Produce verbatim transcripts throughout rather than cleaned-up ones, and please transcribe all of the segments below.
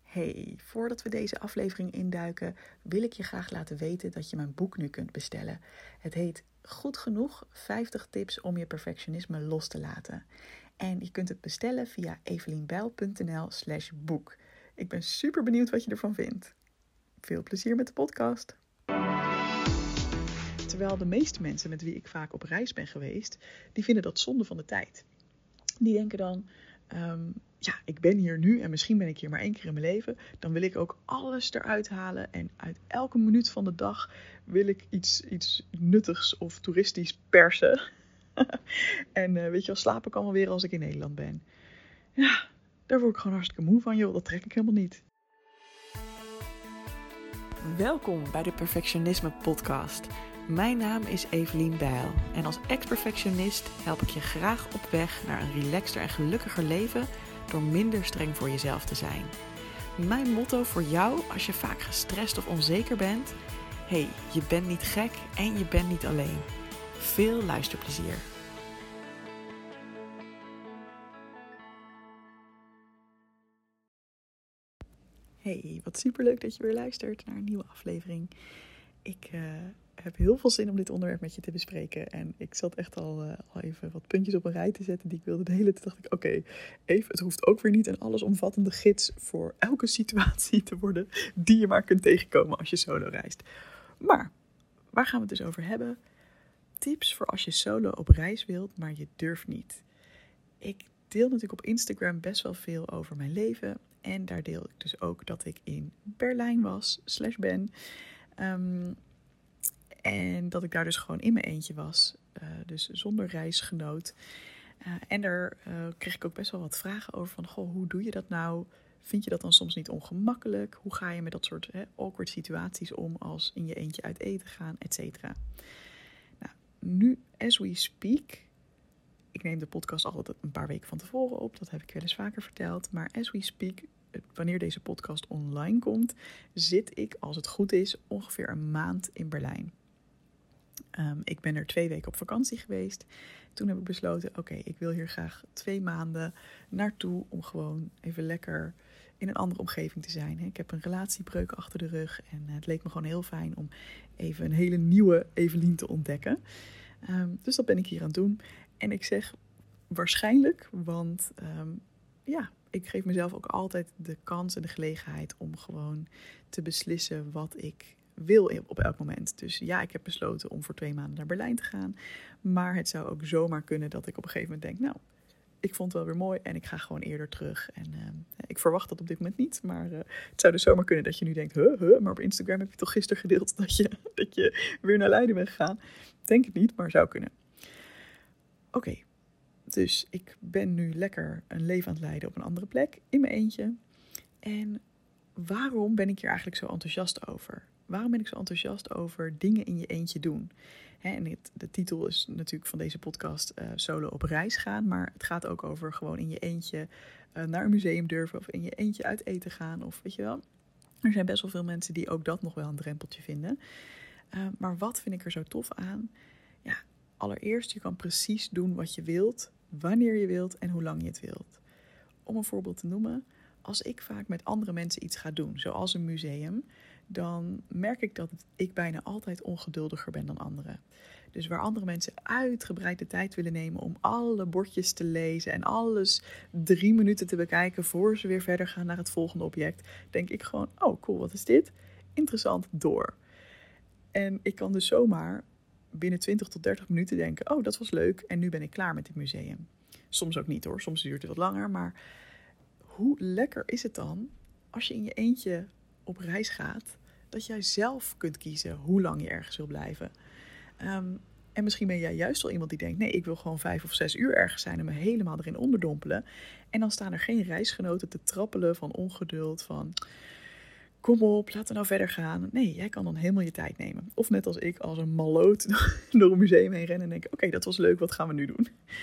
Hey, voordat we deze aflevering induiken, wil ik je graag laten weten dat je mijn boek nu kunt bestellen. Het heet Goed Genoeg, vijftig tips om je perfectionisme los te laten. En je kunt het bestellen via evelienbijl.nl slash boek. Ik ben super benieuwd wat je ervan vindt. Veel plezier met de podcast. Terwijl de meeste mensen met wie ik vaak op reis ben geweest, die vinden dat zonde van de tijd. Die denken dan, um, ja, ik ben hier nu en misschien ben ik hier maar één keer in mijn leven. Dan wil ik ook alles eruit halen en uit elke minuut van de dag wil ik iets, iets nuttigs of toeristisch persen. en uh, weet je wel, slapen kan wel weer als ik in Nederland ben. Ja, daar word ik gewoon hartstikke moe van, joh. Dat trek ik helemaal niet. Welkom bij de Perfectionisme Podcast. Mijn naam is Evelien Bijl en als ex-perfectionist help ik je graag op weg naar een relaxter en gelukkiger leven door minder streng voor jezelf te zijn. Mijn motto voor jou als je vaak gestrest of onzeker bent: hey, je bent niet gek en je bent niet alleen. Veel luisterplezier. Hey, wat superleuk dat je weer luistert naar een nieuwe aflevering. Ik uh, heb heel veel zin om dit onderwerp met je te bespreken. En ik zat echt al, uh, al even wat puntjes op een rij te zetten die ik wilde delen. Toen dacht ik, oké, okay, even, het hoeft ook weer niet een allesomvattende gids voor elke situatie te worden die je maar kunt tegenkomen als je solo reist. Maar, waar gaan we het dus over hebben? Tips voor als je solo op reis wilt, maar je durft niet. Ik deel natuurlijk op Instagram best wel veel over mijn leven. En daar deel ik dus ook dat ik in Berlijn was, slash ben. Um, en dat ik daar dus gewoon in mijn eentje was. Uh, dus zonder reisgenoot. Uh, en daar uh, kreeg ik ook best wel wat vragen over van, goh, hoe doe je dat nou? Vind je dat dan soms niet ongemakkelijk? Hoe ga je met dat soort hè, awkward situaties om als in je eentje uit eten gaan, et cetera. Nou, nu, as we speak, ik neem de podcast altijd een paar weken van tevoren op. Dat heb ik wel eens vaker verteld. Maar as we speak, wanneer deze podcast online komt, zit ik, als het goed is, ongeveer een maand in Berlijn. Um, ik ben er twee weken op vakantie geweest. Toen heb ik besloten, oké, okay, ik wil hier graag twee maanden naartoe om gewoon even lekker in een andere omgeving te zijn. Ik heb een relatiebreuk achter de rug en het leek me gewoon heel fijn om even een hele nieuwe Evelien te ontdekken. Um, dus dat ben ik hier aan het doen. En ik zeg waarschijnlijk, want um, ja, ik geef mezelf ook altijd de kans en de gelegenheid om gewoon te beslissen wat ik wil op elk moment. Dus ja, ik heb besloten om voor twee maanden naar Berlijn te gaan. Maar het zou ook zomaar kunnen dat ik op een gegeven moment denk, nou, ik vond het wel weer mooi en ik ga gewoon eerder terug. En uh, ik verwacht dat op dit moment niet. Maar uh, het zou dus zomaar kunnen dat je nu denkt, huh, huh, maar op Instagram heb je toch gisteren gedeeld dat je, dat je weer naar Leiden bent gegaan. Denk het niet, maar zou kunnen. Oké. Okay. Dus ik ben nu lekker een leven aan het leiden op een andere plek, in mijn eentje. En waarom ben ik hier eigenlijk zo enthousiast over? Waarom ben ik zo enthousiast over dingen in je eentje doen? Hè, en het, de titel is natuurlijk van deze podcast uh, solo op reis gaan. Maar het gaat ook over gewoon in je eentje uh, naar een museum durven. Of in je eentje uit eten gaan. Of weet je wel. Er zijn best wel veel mensen die ook dat nog wel een drempeltje vinden. Uh, maar wat vind ik er zo tof aan? Ja, allereerst, je kan precies doen wat je wilt, wanneer je wilt en hoe lang je het wilt. Om een voorbeeld te noemen, als ik vaak met andere mensen iets ga doen, zoals een museum, dan merk ik dat ik bijna altijd ongeduldiger ben dan anderen. Dus waar andere mensen uitgebreid de tijd willen nemen om alle bordjes te lezen en alles drie minuten te bekijken voor ze weer verder gaan naar het volgende object, denk ik gewoon, oh cool, wat is dit? Interessant, door. En ik kan dus zomaar binnen twintig tot dertig minuten denken, oh, dat was leuk en nu ben ik klaar met dit museum. Soms ook niet hoor, soms duurt het wat langer, maar hoe lekker is het dan als je in je eentje op reis gaat, dat jij zelf kunt kiezen hoe lang je ergens wil blijven. Um, en misschien ben jij juist wel iemand die denkt, nee, ik wil gewoon vijf of zes uur ergens zijn en me helemaal erin onderdompelen. En dan staan er geen reisgenoten te trappelen van ongeduld, van kom op, laten we nou verder gaan. Nee, jij kan dan helemaal je tijd nemen. Of net als ik, als een malloot door een museum heen rennen en denk, oké, okay, dat was leuk, wat gaan we nu doen?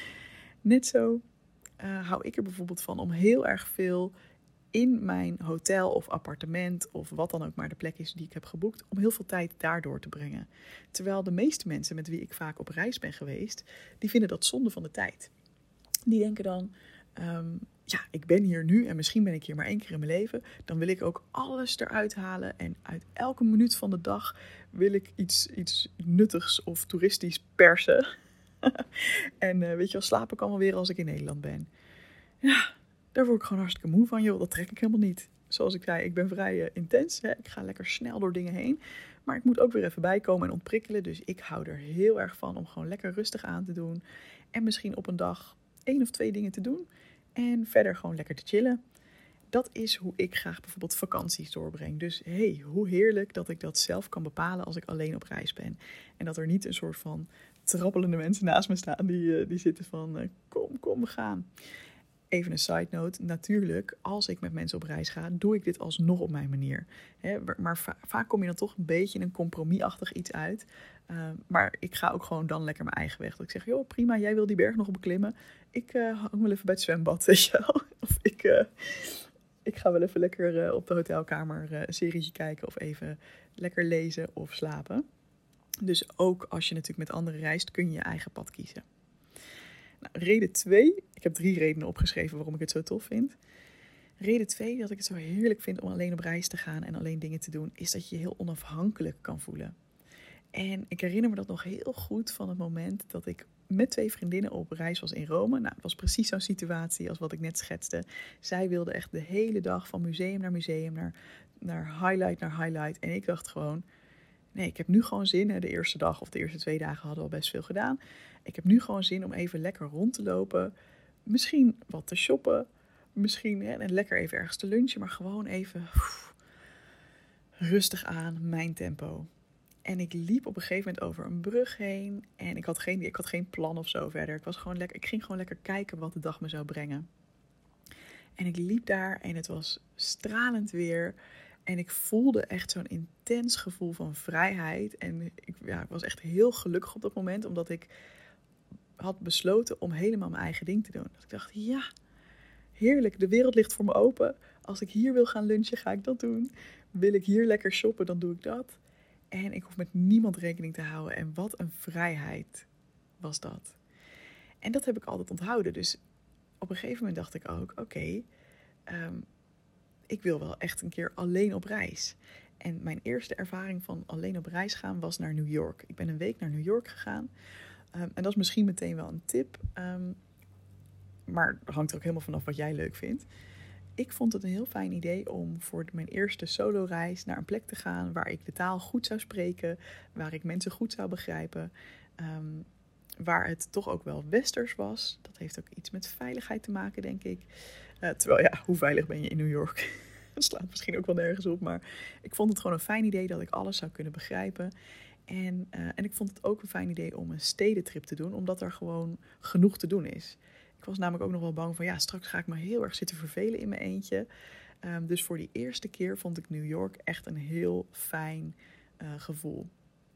Net zo uh, hou ik er bijvoorbeeld van om heel erg veel in mijn hotel of appartement of wat dan ook maar de plek is die ik heb geboekt, om heel veel tijd daardoor te brengen. Terwijl de meeste mensen met wie ik vaak op reis ben geweest, die vinden dat zonde van de tijd. Die denken dan, um, ja, ik ben hier nu en misschien ben ik hier maar één keer in mijn leven. Dan wil ik ook alles eruit halen. En uit elke minuut van de dag wil ik iets, iets nuttigs of toeristisch persen. en uh, weet je wel, slapen kan wel weer als ik in Nederland ben. Ja, daar word ik gewoon hartstikke moe van. Joh, dat trek ik helemaal niet. Zoals ik zei, ik ben vrij uh, intens. Hè? Ik ga lekker snel door dingen heen. Maar ik moet ook weer even bijkomen en ontprikkelen. Dus ik hou er heel erg van om gewoon lekker rustig aan te doen. En misschien op een dag één of twee dingen te doen. En verder gewoon lekker te chillen. Dat is hoe ik graag bijvoorbeeld vakanties doorbreng. Dus hey, hoe heerlijk dat ik dat zelf kan bepalen als ik alleen op reis ben. En dat er niet een soort van trappelende mensen naast me staan die, uh, die zitten van uh, kom, kom, we gaan. Even een side note, natuurlijk, als ik met mensen op reis ga, doe ik dit alsnog op mijn manier. He, maar va- vaak kom je dan toch een beetje in een compromisachtig iets uit. Uh, maar ik ga ook gewoon dan lekker mijn eigen weg. Dat ik zeg, joh, prima, jij wil die berg nog beklimmen. Ik uh, hang wel even bij het zwembad, weet je wel. Of ik, uh, ik ga wel even lekker uh, op de hotelkamer uh, een serietje kijken of even lekker lezen of slapen. Dus ook als je natuurlijk met anderen reist, kun je je eigen pad kiezen. Nou, reden twee, ik heb drie redenen opgeschreven waarom ik het zo tof vind. Reden twee, dat ik het zo heerlijk vind om alleen op reis te gaan en alleen dingen te doen, is dat je je heel onafhankelijk kan voelen. En ik herinner me dat nog heel goed van het moment dat ik met twee vriendinnen op reis was in Rome. Nou, het was precies zo'n situatie als wat ik net schetste. Zij wilden echt de hele dag van museum naar museum, naar, naar highlight naar highlight. En ik dacht gewoon, nee, ik heb nu gewoon zin. Hè, de eerste dag of de eerste twee dagen hadden we al best veel gedaan. Ik heb nu gewoon zin om even lekker rond te lopen. Misschien wat te shoppen. Misschien hè, en lekker even ergens te lunchen. Maar gewoon even pff, rustig aan, mijn tempo. En ik liep op een gegeven moment over een brug heen. En ik had geen, ik had geen plan of zo verder. Ik, was gewoon lekker, ik ging gewoon lekker kijken wat de dag me zou brengen. En ik liep daar en het was stralend weer. En ik voelde echt zo'n intens gevoel van vrijheid. En ik, ja, ik was echt heel gelukkig op dat moment. Omdat ik had besloten om helemaal mijn eigen ding te doen. Dat ik dacht, ja, heerlijk. De wereld ligt voor me open. Als ik hier wil gaan lunchen, ga ik dat doen. Wil ik hier lekker shoppen, dan doe ik dat. En ik hoef met niemand rekening te houden. En wat een vrijheid was dat. En dat heb ik altijd onthouden. Dus op een gegeven moment dacht ik ook, oké, okay, um, ik wil wel echt een keer alleen op reis. En mijn eerste ervaring van alleen op reis gaan was naar New York. Ik ben een week naar New York gegaan. Um, en dat is misschien meteen wel een tip. Um, maar het hangt er ook helemaal vanaf wat jij leuk vindt. Ik vond het een heel fijn idee om voor mijn eerste solo-reis naar een plek te gaan waar ik de taal goed zou spreken, waar ik mensen goed zou begrijpen, um, waar het toch ook wel westers was. Dat heeft ook iets met veiligheid te maken, denk ik. Uh, terwijl, ja, hoe veilig ben je in New York? Dat slaat misschien ook wel nergens op, maar ik vond het gewoon een fijn idee dat ik alles zou kunnen begrijpen. En, uh, en ik vond het ook een fijn idee om een stedentrip te doen, omdat er gewoon genoeg te doen is. Ik was namelijk ook nog wel bang van, ja, straks ga ik me heel erg zitten vervelen in mijn eentje. Um, dus voor die eerste keer vond ik New York echt een heel fijn uh, gevoel.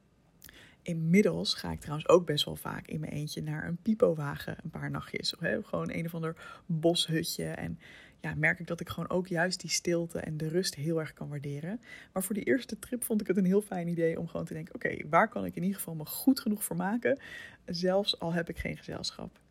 Inmiddels ga ik trouwens ook best wel vaak in mijn eentje naar een pipowagen een paar nachtjes. Hè? Gewoon een of ander boshutje. En ja, merk ik dat ik gewoon ook juist die stilte en de rust heel erg kan waarderen. Maar voor die eerste trip vond ik het een heel fijn idee om gewoon te denken, oké, okay, waar kan ik in ieder geval me goed genoeg voor maken? Zelfs al heb ik geen gezelschap.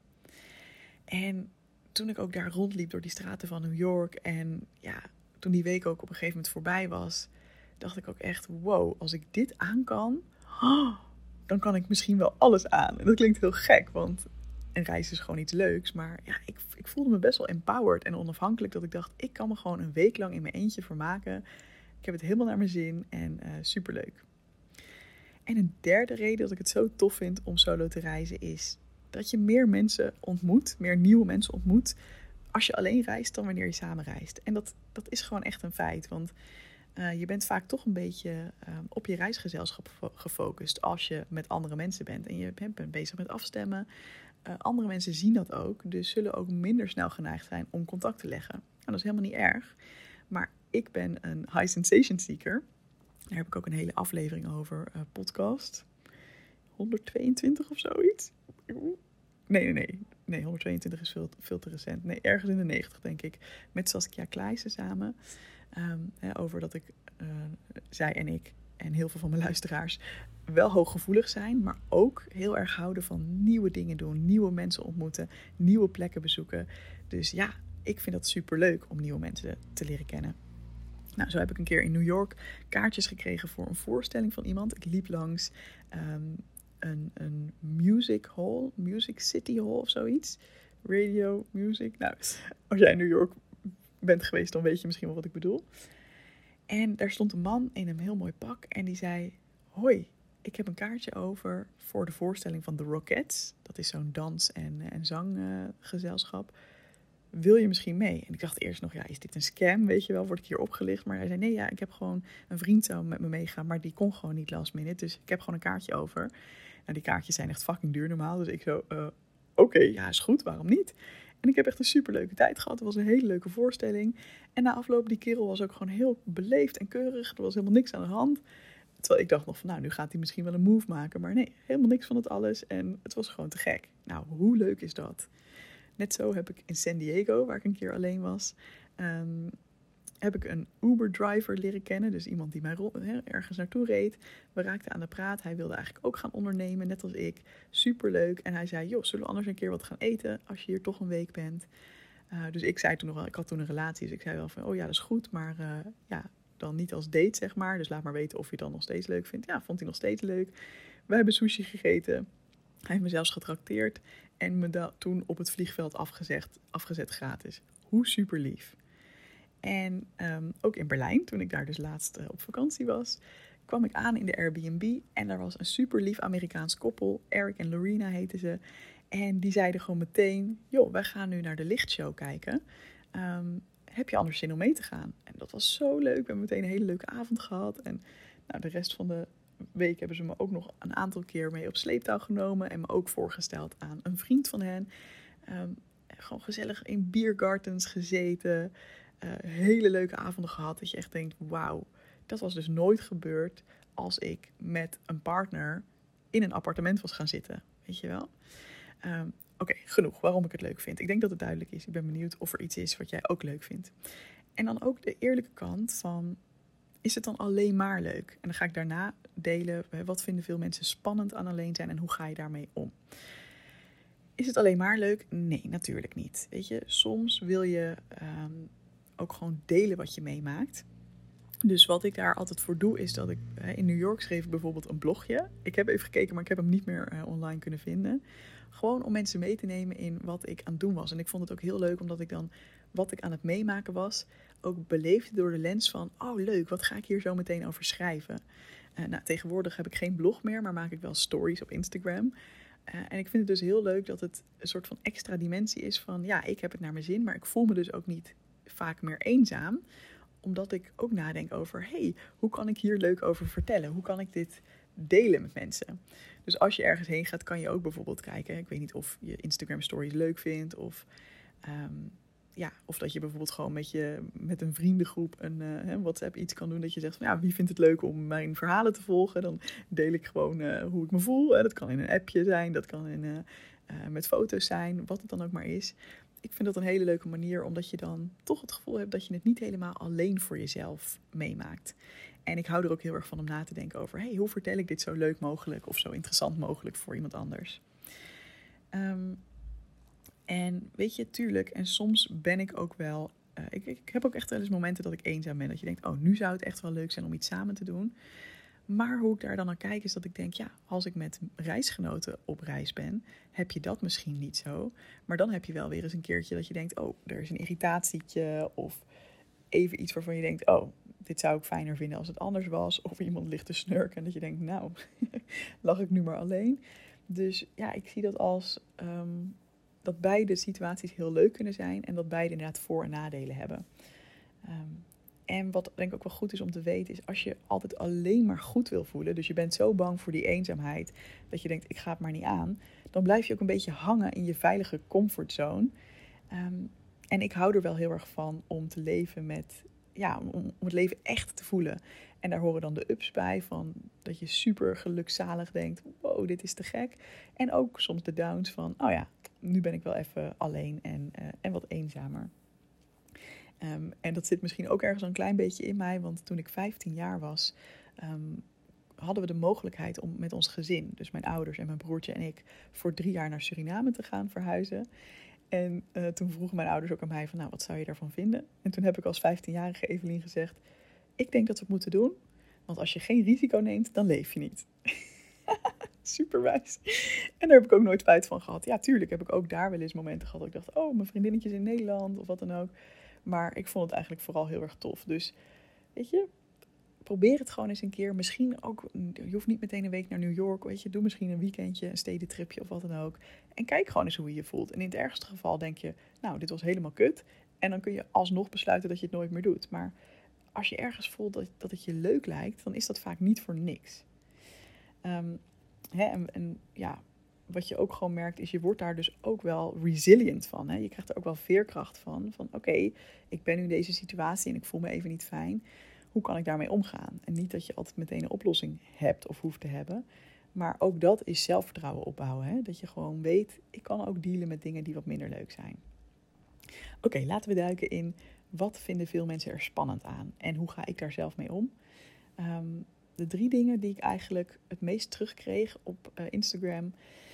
En toen ik ook daar rondliep door die straten van New York en ja, toen die week ook op een gegeven moment voorbij was, dacht ik ook echt, wow, als ik dit aan kan, oh, dan kan ik misschien wel alles aan. En dat klinkt heel gek, want een reis is gewoon iets leuks. Maar ja, ik, ik voelde me best wel empowered en onafhankelijk, dat ik dacht, ik kan me gewoon een week lang in mijn eentje vermaken. Ik heb het helemaal naar mijn zin en uh, superleuk. En een derde reden dat ik het zo tof vind om solo te reizen is dat je meer mensen ontmoet, meer nieuwe mensen ontmoet, als je alleen reist dan wanneer je samen reist. En dat, dat is gewoon echt een feit, want uh, je bent vaak toch een beetje uh, op je reisgezelschap gefocust als je met andere mensen bent. En je bent bezig met afstemmen. Uh, andere mensen zien dat ook, dus zullen ook minder snel geneigd zijn om contact te leggen. En dat is helemaal niet erg, maar ik ben een high sensation seeker. Daar heb ik ook een hele aflevering over, uh, podcast honderdtweeëntwintig of zoiets. Nee, nee, nee. Nee, honderdtweeëntwintig is veel, veel te recent. Nee, ergens in de negentig, denk ik. Met Saskia Kleijsen samen. Um, hè, over dat ik, uh, zij en ik en heel veel van mijn luisteraars wel hooggevoelig zijn, maar ook heel erg houden van nieuwe dingen doen, nieuwe mensen ontmoeten, nieuwe plekken bezoeken. Dus ja, ik vind dat super leuk om nieuwe mensen te leren kennen. Nou, zo heb ik een keer in New York kaartjes gekregen voor een voorstelling van iemand. Ik liep langs um, een, een music hall, Music City Hall of zoiets. Radio, music. Nou, als jij in New York bent geweest, dan weet je misschien wel wat ik bedoel. En daar stond een man in een heel mooi pak en die zei: hoi, ik heb een kaartje over voor de voorstelling van The Rockettes. Dat is zo'n dans- en, en zanggezelschap. Uh, Wil je misschien mee? En ik dacht eerst nog, ja, is dit een scam? Weet je wel, word ik hier opgelicht? Maar hij zei, nee, ja, ik heb gewoon een vriend zou met me meegaan, maar die kon gewoon niet last minute. Dus ik heb gewoon een kaartje over. Nou, die kaartjes zijn echt fucking duur normaal. Dus ik zo, uh, oké, okay, ja, is goed, waarom niet? En ik heb echt een superleuke tijd gehad. Het was een hele leuke voorstelling. En na afloop, die kerel was ook gewoon heel beleefd en keurig. Er was helemaal niks aan de hand. Terwijl ik dacht nog van, nou, nu gaat hij misschien wel een move maken. Maar nee, helemaal niks van het alles. En het was gewoon te gek. Nou, hoe leuk is dat? Net zo heb ik in San Diego, waar ik een keer alleen was, um, heb ik een Uber-driver leren kennen. Dus iemand die mij ro- he, ergens naartoe reed. We raakten aan de praat. Hij wilde eigenlijk ook gaan ondernemen, net als ik. Superleuk. En hij zei, joh, zullen we anders een keer wat gaan eten als je hier toch een week bent? Uh, dus ik zei toen nog wel, ik had toen een relatie. Dus ik zei wel van, oh ja, dat is goed. Maar uh, ja, dan niet als date, zeg maar. Dus laat maar weten of je het dan nog steeds leuk vindt. Ja, vond hij nog steeds leuk. We hebben sushi gegeten. Hij heeft me zelfs getrakteerd. En me da- toen op het vliegveld afgezet, afgezet gratis. Hoe super lief. En um, ook in Berlijn, toen ik daar dus laatst uh, op vakantie was, kwam ik aan in de Airbnb. En daar was een super lief Amerikaans koppel. Eric en Lorena heten ze. En die zeiden gewoon meteen, joh, wij gaan nu naar de lichtshow kijken. Um, heb je anders zin om mee te gaan? En dat was zo leuk. We hebben meteen een hele leuke avond gehad. En nou, de rest van de week hebben ze me ook nog een aantal keer mee op sleeptouw genomen. En me ook voorgesteld aan een vriend van hen. Um, gewoon gezellig in biergardens gezeten. Uh, hele leuke avonden gehad. Dat je echt denkt, wauw, dat was dus nooit gebeurd als ik met een partner in een appartement was gaan zitten. Weet je wel? Um, Oké, okay, genoeg waarom ik het leuk vind. Ik denk dat het duidelijk is. Ik ben benieuwd of er iets is wat jij ook leuk vindt. En dan ook de eerlijke kant van, is het dan alleen maar leuk? En dan ga ik daarna delen, wat vinden veel mensen spannend aan alleen zijn en hoe ga je daarmee om? Is het alleen maar leuk? Nee, natuurlijk niet. Weet je, soms wil je um, ook gewoon delen wat je meemaakt. Dus wat ik daar altijd voor doe, is dat ik... In New York schreef ik bijvoorbeeld een blogje. Ik heb even gekeken, maar ik heb hem niet meer uh, online kunnen vinden. Gewoon om mensen mee te nemen in wat ik aan het doen was. En ik vond het ook heel leuk, omdat ik dan wat ik aan het meemaken was ook beleefde door de lens van, oh leuk, wat ga ik hier zo meteen over schrijven? Uh, nou, tegenwoordig heb ik geen blog meer, maar maak ik wel stories op Instagram. Uh, en ik vind het dus heel leuk dat het een soort van extra dimensie is van, ja, ik heb het naar mijn zin, maar ik voel me dus ook niet vaak meer eenzaam. Omdat ik ook nadenk over, hey, hoe kan ik hier leuk over vertellen? Hoe kan ik dit delen met mensen? Dus als je ergens heen gaat, kan je ook bijvoorbeeld kijken. Ik weet niet of je Instagram stories leuk vindt of... Um, Ja, of dat je bijvoorbeeld gewoon met, je, met een vriendengroep een uh, WhatsApp iets kan doen. Dat je zegt van, ja, wie vindt het leuk om mijn verhalen te volgen? Dan deel ik gewoon uh, hoe ik me voel. Uh, dat kan in een appje zijn, dat kan in, uh, uh, met foto's zijn, wat het dan ook maar is. Ik vind dat een hele leuke manier, omdat je dan toch het gevoel hebt dat je het niet helemaal alleen voor jezelf meemaakt. En ik hou er ook heel erg van om na te denken over, hey, hoe vertel ik dit zo leuk mogelijk of zo interessant mogelijk voor iemand anders? Um, En weet je, tuurlijk, en soms ben ik ook wel... Uh, ik, ik heb ook echt wel eens momenten dat ik eenzaam ben. Dat je denkt, oh, nu zou het echt wel leuk zijn om iets samen te doen. Maar hoe ik daar dan naar kijk is dat ik denk, ja, als ik met reisgenoten op reis ben, heb je dat misschien niet zo. Maar dan heb je wel weer eens een keertje dat je denkt, oh, er is een irritatietje. Of even iets waarvan je denkt, oh, dit zou ik fijner vinden als het anders was. Of iemand ligt te snurken en dat je denkt, nou, lag ik nu maar alleen. Dus ja, ik zie dat als... Um, dat beide situaties heel leuk kunnen zijn en dat beide inderdaad voor- en nadelen hebben. Um, en wat denk ik ook wel goed is om te weten is, als je altijd alleen maar goed wil voelen, dus je bent zo bang voor die eenzaamheid, dat je denkt, ik ga het maar niet aan, dan blijf je ook een beetje hangen in je veilige comfortzone. Um, en ik hou er wel heel erg van om te leven met, ja, om, om het leven echt te voelen. En daar horen dan de ups bij, van dat je super gelukzalig denkt, wow, dit is te gek. En ook soms de downs van, oh ja, nu ben ik wel even alleen en, uh, en wat eenzamer. Um, en dat zit misschien ook ergens een klein beetje in mij, want toen ik vijftien jaar was, um, hadden we de mogelijkheid om met ons gezin, dus mijn ouders en mijn broertje en ik, voor drie jaar naar Suriname te gaan verhuizen. En uh, toen vroegen mijn ouders ook aan mij van, nou, wat zou je daarvan vinden? En toen heb ik als vijftienjarige Evelien gezegd, ik denk dat we het moeten doen. Want als je geen risico neemt, dan leef je niet. Superwijs. En daar heb ik ook nooit spijt van gehad. Ja, tuurlijk heb ik ook daar wel eens momenten gehad. Dat ik dacht, oh, mijn vriendinnetjes in Nederland of wat dan ook. Maar ik vond het eigenlijk vooral heel erg tof. Dus, weet je, probeer het gewoon eens een keer. Misschien ook, je hoeft niet meteen een week naar New York. Weet je, doe misschien een weekendje, een stedentripje of wat dan ook. En kijk gewoon eens hoe je je voelt. En in het ergste geval denk je, nou, dit was helemaal kut. En dan kun je alsnog besluiten dat je het nooit meer doet. Maar als je ergens voelt dat, dat het je leuk lijkt, dan is dat vaak niet voor niks. Um, hè, en, en ja, wat je ook gewoon merkt is, je wordt daar dus ook wel resilient van. Hè? Je krijgt er ook wel veerkracht van. Van oké, okay, ik ben nu in deze situatie en ik voel me even niet fijn. Hoe kan ik daarmee omgaan? En niet dat je altijd meteen een oplossing hebt of hoeft te hebben. Maar ook dat is zelfvertrouwen opbouwen. Hè? Dat je gewoon weet, ik kan ook dealen met dingen die wat minder leuk zijn. Oké, okay, laten we duiken in, wat vinden veel mensen er spannend aan? En hoe ga ik daar zelf mee om? Um, de drie dingen die ik eigenlijk het meest terugkreeg op uh, Instagram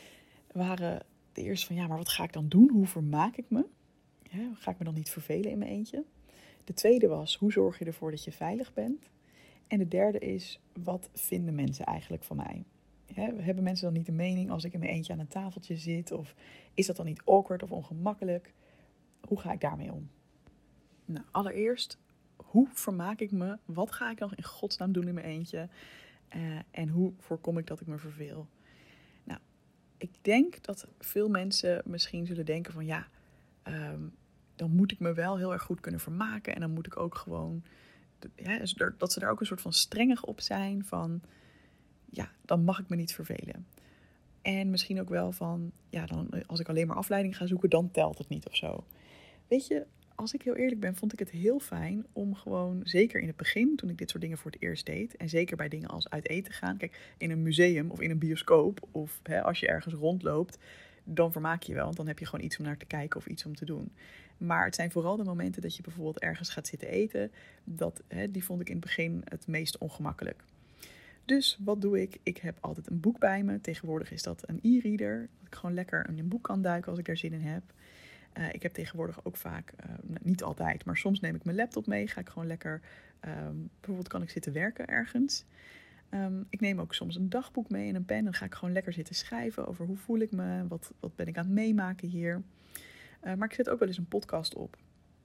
waren de eerste van, ja, maar wat ga ik dan doen? Hoe vermaak ik me? Ja, ga ik me dan niet vervelen in mijn eentje? De tweede was, hoe zorg je ervoor dat je veilig bent? En de derde is, wat vinden mensen eigenlijk van mij? Ja, hebben mensen dan niet een mening als ik in mijn eentje aan een tafeltje zit? Of is dat dan niet awkward of ongemakkelijk? Hoe ga ik daarmee om? Nou, allereerst, hoe vermaak ik me? Wat ga ik nog in godsnaam doen in mijn eentje? Uh, en hoe voorkom ik dat ik me verveel? Nou, ik denk dat veel mensen misschien zullen denken van, ja, um, dan moet ik me wel heel erg goed kunnen vermaken. En dan moet ik ook gewoon, ja, dat ze daar ook een soort van strengig op zijn van, ja, dan mag ik me niet vervelen. En misschien ook wel van, ja, dan, als ik alleen maar afleiding ga zoeken, dan telt het niet of zo. Weet je, als ik heel eerlijk ben, vond ik het heel fijn om gewoon, zeker in het begin, toen ik dit soort dingen voor het eerst deed, en zeker bij dingen als uit eten gaan, kijk, in een museum of in een bioscoop, of hè, als je ergens rondloopt, dan vermaak je je wel, want dan heb je gewoon iets om naar te kijken of iets om te doen. Maar het zijn vooral de momenten dat je bijvoorbeeld ergens gaat zitten eten, dat, hè, die vond ik in het begin het meest ongemakkelijk. Dus wat doe ik? Ik heb altijd een boek bij me. Tegenwoordig is dat een e-reader, dat ik gewoon lekker in een boek kan duiken als ik daar zin in heb. Uh, ik heb tegenwoordig ook vaak, uh, niet altijd, maar soms neem ik mijn laptop mee. Ga ik gewoon lekker, um, bijvoorbeeld kan ik zitten werken ergens. Um, ik neem ook soms een dagboek mee en een pen. Dan ga ik gewoon lekker zitten schrijven over hoe voel ik me, wat, wat ben ik aan het meemaken hier. Uh, maar ik zet ook wel eens een podcast op.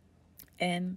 En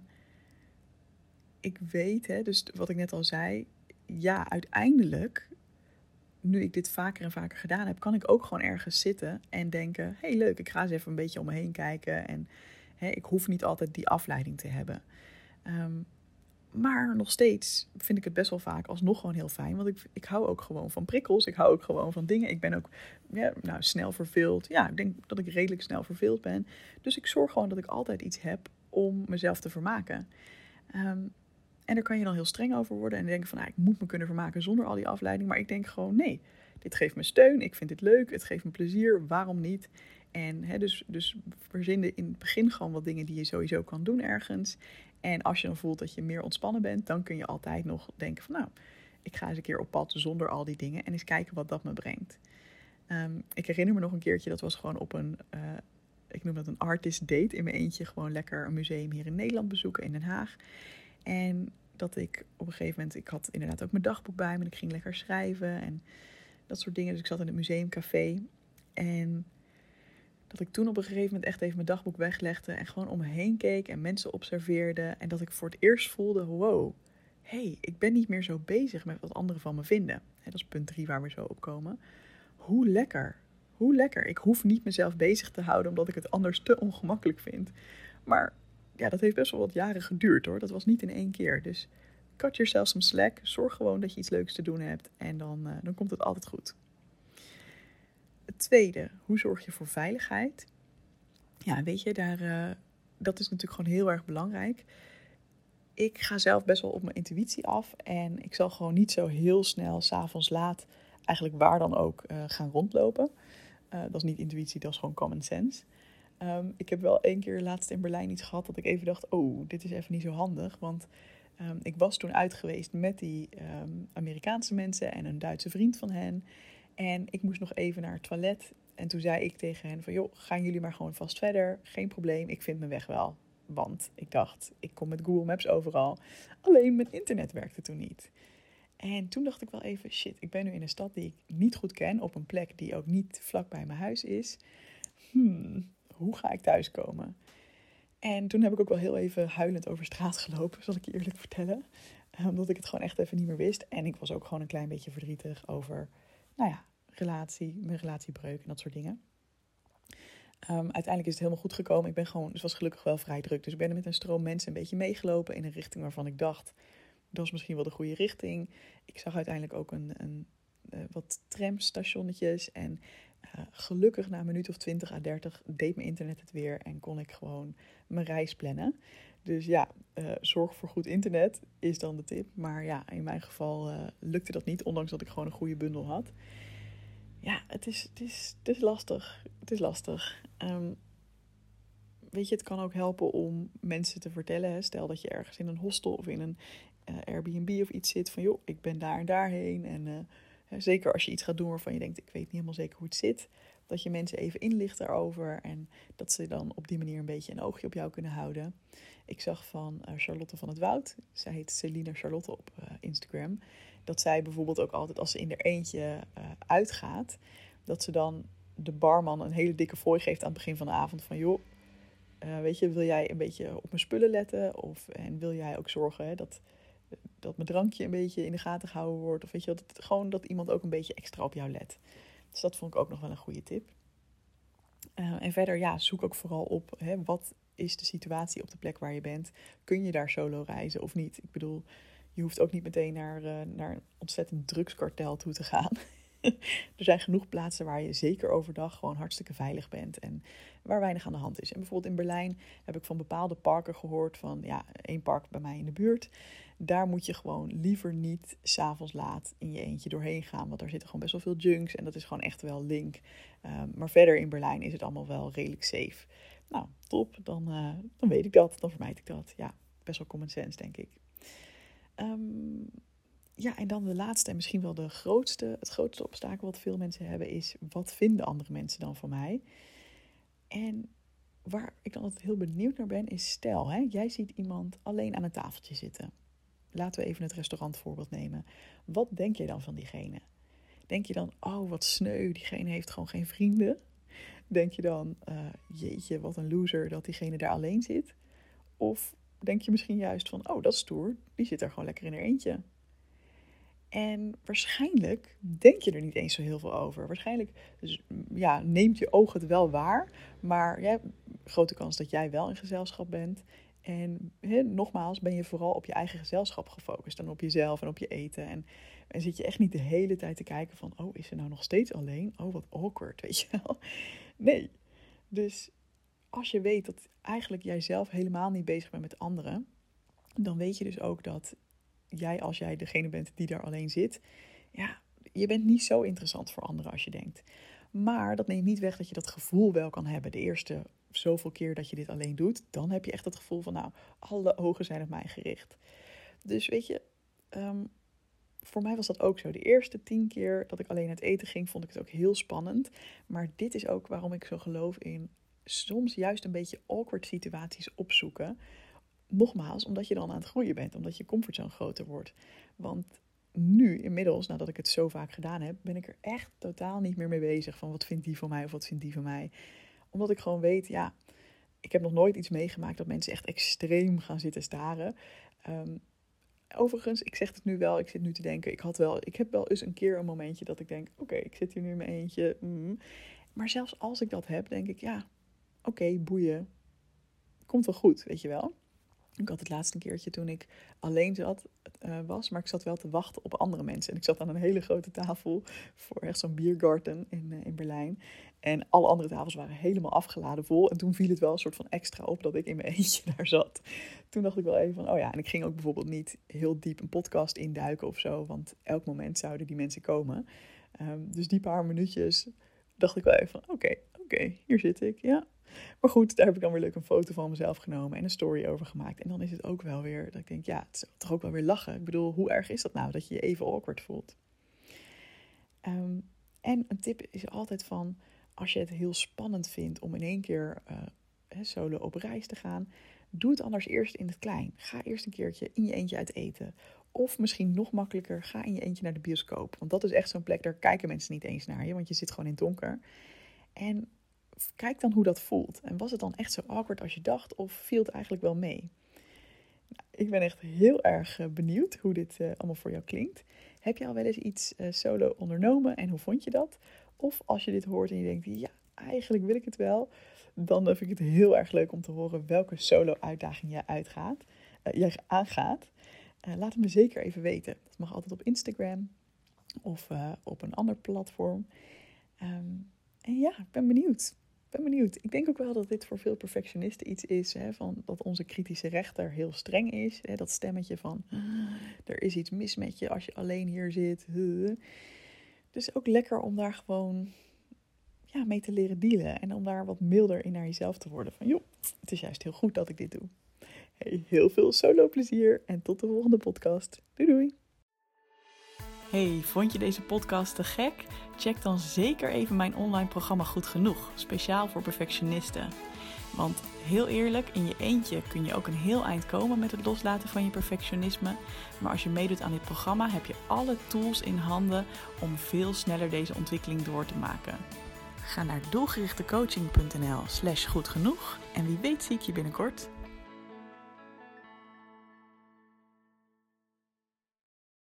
ik weet, hè, dus wat ik net al zei, ja, uiteindelijk, nu ik dit vaker en vaker gedaan heb, kan ik ook gewoon ergens zitten en denken, hé, hey, leuk, ik ga eens even een beetje om me heen kijken. En hè, ik hoef niet altijd die afleiding te hebben. Um, maar nog steeds vind ik het best wel vaak alsnog gewoon heel fijn. Want ik, ik hou ook gewoon van prikkels. Ik hou ook gewoon van dingen. Ik ben ook ja, nou, snel verveeld. Ja, ik denk dat ik redelijk snel verveeld ben. Dus ik zorg gewoon dat ik altijd iets heb om mezelf te vermaken. Um, En daar kan je dan heel streng over worden en denken van, nou, ik moet me kunnen vermaken zonder al die afleiding. Maar ik denk gewoon, nee, dit geeft me steun, ik vind dit leuk, het geeft me plezier, waarom niet? En hè, dus, dus verzin in het begin gewoon wat dingen die je sowieso kan doen ergens. En als je dan voelt dat je meer ontspannen bent, dan kun je altijd nog denken van, nou, ik ga eens een keer op pad zonder al die dingen en eens kijken wat dat me brengt. Um, ik herinner me nog een keertje, dat was gewoon op een, uh, ik noem dat een artist date in mijn eentje. Gewoon lekker een museum hier in Nederland bezoeken, in Den Haag. En dat ik op een gegeven moment, ik had inderdaad ook mijn dagboek bij me en ik ging lekker schrijven en dat soort dingen. Dus ik zat in het museumcafé en dat ik toen op een gegeven moment echt even mijn dagboek weglegde en gewoon om me heen keek en mensen observeerde. En dat ik voor het eerst voelde, wow, hé, hey, ik ben niet meer zo bezig met wat anderen van me vinden. Hè, dat is punt drie waar we zo op komen. Hoe lekker, hoe lekker. Ik hoef niet mezelf bezig te houden omdat ik het anders te ongemakkelijk vind. Maar ja, dat heeft best wel wat jaren geduurd hoor. Dat was niet in één keer. Dus cut yourself some slack. Zorg gewoon dat je iets leuks te doen hebt. En dan, uh, dan komt het altijd goed. Het tweede, hoe zorg je voor veiligheid? Ja, weet je, daar, uh, dat is natuurlijk gewoon heel erg belangrijk. Ik ga zelf best wel op mijn intuïtie af. En ik zal gewoon niet zo heel snel 's avonds laat eigenlijk waar dan ook uh, gaan rondlopen. Uh, dat is niet intuïtie, dat is gewoon common sense. Um, ik heb wel één keer laatst in Berlijn iets gehad dat ik even dacht, oh, dit is even niet zo handig. Want um, ik was toen uit geweest met die um, Amerikaanse mensen en een Duitse vriend van hen. En ik moest nog even naar het toilet. en toen zei ik tegen hen van, joh, gaan jullie maar gewoon vast verder. Geen probleem, ik vind mijn weg wel. Want ik dacht, ik kom met Google Maps overal. Alleen mijn internet werkte toen niet. En toen dacht ik wel even, shit, ik ben nu in een stad die ik niet goed ken. Op een plek die ook niet vlak bij mijn huis is. Hmm, hoe ga ik thuiskomen? En toen heb ik ook wel heel even huilend over straat gelopen, zal ik je eerlijk vertellen. Omdat ik het gewoon echt even niet meer wist. En ik was ook gewoon een klein beetje verdrietig over, nou ja, relatie, mijn relatiebreuk en dat soort dingen. Um, uiteindelijk is het helemaal goed gekomen. Ik ben gewoon, het was gelukkig wel vrij druk. Dus ik ben er met een stroom mensen een beetje meegelopen in een richting waarvan ik dacht, dat is misschien wel de goede richting. Ik zag uiteindelijk ook een, een, uh, wat tramstationnetjes. En uh, gelukkig na een minuut of twintig à dertig deed mijn internet het weer. En kon ik gewoon mijn reis plannen. Dus ja, uh, zorg voor goed internet is dan de tip. Maar ja, in mijn geval uh, lukte dat niet. Ondanks dat ik gewoon een goede bundel had. Ja, het is, het is, het is lastig. Het is lastig. Um, weet je, het kan ook helpen om mensen te vertellen. Hè? Stel dat je ergens in een hostel of in een uh, Airbnb of iets zit. Van joh, ik ben daar en daarheen. En uh, hè, zeker als je iets gaat doen waarvan je denkt, ik weet niet helemaal zeker hoe het zit. Dat je mensen even inlicht daarover. En dat ze dan op die manier een beetje een oogje op jou kunnen houden. Ik zag van uh, Charlotte van het Woud. Zij heet Celine Charlotte op uh, Instagram. Dat zij bijvoorbeeld ook altijd als ze in er eentje uh, uitgaat. Dat ze dan de barman een hele dikke fooi geeft aan het begin van de avond. Van joh, uh, weet je, wil jij een beetje op mijn spullen letten? Of, en wil jij ook zorgen hè, dat, dat mijn drankje een beetje in de gaten gehouden wordt? Of weet je, dat, gewoon dat iemand ook een beetje extra op jou let. Dus dat vond ik ook nog wel een goede tip. Uh, en verder, ja, zoek ook vooral op hè, wat is de situatie op de plek waar je bent. Kun je daar solo reizen of niet? Ik bedoel, je hoeft ook niet meteen naar, uh, naar een ontzettend drugskartel toe te gaan. Er zijn genoeg plaatsen waar je zeker overdag gewoon hartstikke veilig bent en waar weinig aan de hand is. En bijvoorbeeld in Berlijn heb ik van bepaalde parken gehoord van, ja, één park bij mij in de buurt. Daar moet je gewoon liever niet 's avonds laat in je eentje doorheen gaan, want daar zitten gewoon best wel veel junks en dat is gewoon echt wel link. Um, maar verder in Berlijn is het allemaal wel redelijk safe. Nou, top, dan, uh, dan weet ik dat, dan vermijd ik dat. Ja, best wel common sense, denk ik. Um, Ja, en dan de laatste en misschien wel de grootste, het grootste obstakel wat veel mensen hebben is, wat vinden andere mensen dan van mij? En waar ik dan altijd heel benieuwd naar ben, is stel, hè, jij ziet iemand alleen aan een tafeltje zitten. Laten we even het restaurantvoorbeeld nemen. Wat denk je dan van diegene? Denk je dan, oh wat sneu, diegene heeft gewoon geen vrienden? Denk je dan, uh, jeetje, wat een loser dat diegene daar alleen zit? Of denk je misschien juist van, oh dat is stoer, die zit daar gewoon lekker in haar eentje? En waarschijnlijk denk je er niet eens zo heel veel over. Waarschijnlijk dus, ja, neemt je oog het wel waar. Maar ja, grote kans dat jij wel in gezelschap bent. En he, nogmaals, ben je vooral op je eigen gezelschap gefocust. En op jezelf en op je eten. En, en zit je echt niet de hele tijd te kijken van, oh, is ze nou nog steeds alleen? Oh, wat awkward, weet je wel. Nee. Dus als je weet dat eigenlijk jij zelf helemaal niet bezig bent met anderen, dan weet je dus ook dat jij, als jij degene bent die daar alleen zit, ja, je bent niet zo interessant voor anderen als je denkt. Maar dat neemt niet weg dat je dat gevoel wel kan hebben. De eerste zoveel keer dat je dit alleen doet, dan heb je echt het gevoel van, nou, alle ogen zijn op mij gericht. Dus weet je, um, voor mij was dat ook zo. De eerste tien keer dat ik alleen uit eten ging, vond ik het ook heel spannend. Maar dit is ook waarom ik zo geloof in soms juist een beetje awkward situaties opzoeken. Nogmaals, omdat je dan aan het groeien bent, omdat je comfortzone groter wordt. Want nu, inmiddels, nadat ik het zo vaak gedaan heb, ben ik er echt totaal niet meer mee bezig van wat vindt die van mij of wat vindt die van mij. Omdat ik gewoon weet, ja, ik heb nog nooit iets meegemaakt dat mensen echt extreem gaan zitten staren. Um, overigens, ik zeg het nu wel, ik zit nu te denken, ik had wel, ik heb wel eens een keer een momentje dat ik denk, oké, okay, ik zit hier nu in mijn eentje. Mm. Maar zelfs als ik dat heb, denk ik, ja, oké, okay, boeien. Komt wel goed, weet je wel. Ik had het laatste keertje toen ik alleen zat, uh, was, maar ik zat wel te wachten op andere mensen. En ik zat aan een hele grote tafel voor echt zo'n biergarten in, uh, in Berlijn. En alle andere tafels waren helemaal afgeladen vol. En toen viel het wel een soort van extra op dat ik in mijn eentje daar zat. Toen dacht ik wel even van, oh ja, en ik ging ook bijvoorbeeld niet heel diep een podcast induiken of zo. Want elk moment zouden die mensen komen. Um, dus die paar minuutjes dacht ik wel even van, oké, okay, oké, okay, hier zit ik, ja. Maar goed, daar heb ik dan weer leuk een foto van mezelf genomen en een story over gemaakt. En dan is het ook wel weer, dat ik denk, ja, het is toch ook wel weer lachen. Ik bedoel, hoe erg is dat nou, dat je je even awkward voelt? Um, en een tip is altijd van, Als je het heel spannend vindt om in één keer uh, solo op reis te gaan, doe het anders eerst in het klein. Ga eerst een keertje in je eentje uit eten. Of misschien nog makkelijker, ga in je eentje naar de bioscoop. Want dat is echt zo'n plek, daar kijken mensen niet eens naar je, want je zit gewoon in het donker. En kijk dan hoe dat voelt. En was het dan echt zo awkward als je dacht, of viel het eigenlijk wel mee? Nou, ik ben echt heel erg benieuwd hoe dit uh, allemaal voor jou klinkt. Heb je al wel eens iets uh, solo ondernomen en hoe vond je dat? Of als je dit hoort en je denkt, ja, eigenlijk wil ik het wel, dan vind ik het heel erg leuk om te horen welke solo-uitdaging jij uitgaat, uh, jij aangaat. Uh, laat het me zeker even weten. Dat mag altijd op Instagram of uh, op een ander platform. Um, en ja, ik ben benieuwd. Ik ben benieuwd. Ik denk ook wel dat dit voor veel perfectionisten iets is, hè, van dat onze kritische rechter heel streng is. Hè, dat stemmetje van, er is iets mis met je als je alleen hier zit. Dus ook lekker om daar gewoon ja, mee te leren dealen. En om daar wat milder in naar jezelf te worden. Van joh, het is juist heel goed dat ik dit doe. Hey, heel veel solo plezier en tot de volgende podcast. Doei doei! Hey, vond je deze podcast te gek? Check dan zeker even mijn online programma Goed Genoeg, speciaal voor perfectionisten. Want heel eerlijk, in je eentje kun je ook een heel eind komen met het loslaten van je perfectionisme. Maar als je meedoet aan dit programma heb je alle tools in handen om veel sneller deze ontwikkeling door te maken. Ga naar doelgerichtecoaching punt n l slash goed genoeg en wie weet zie ik je binnenkort.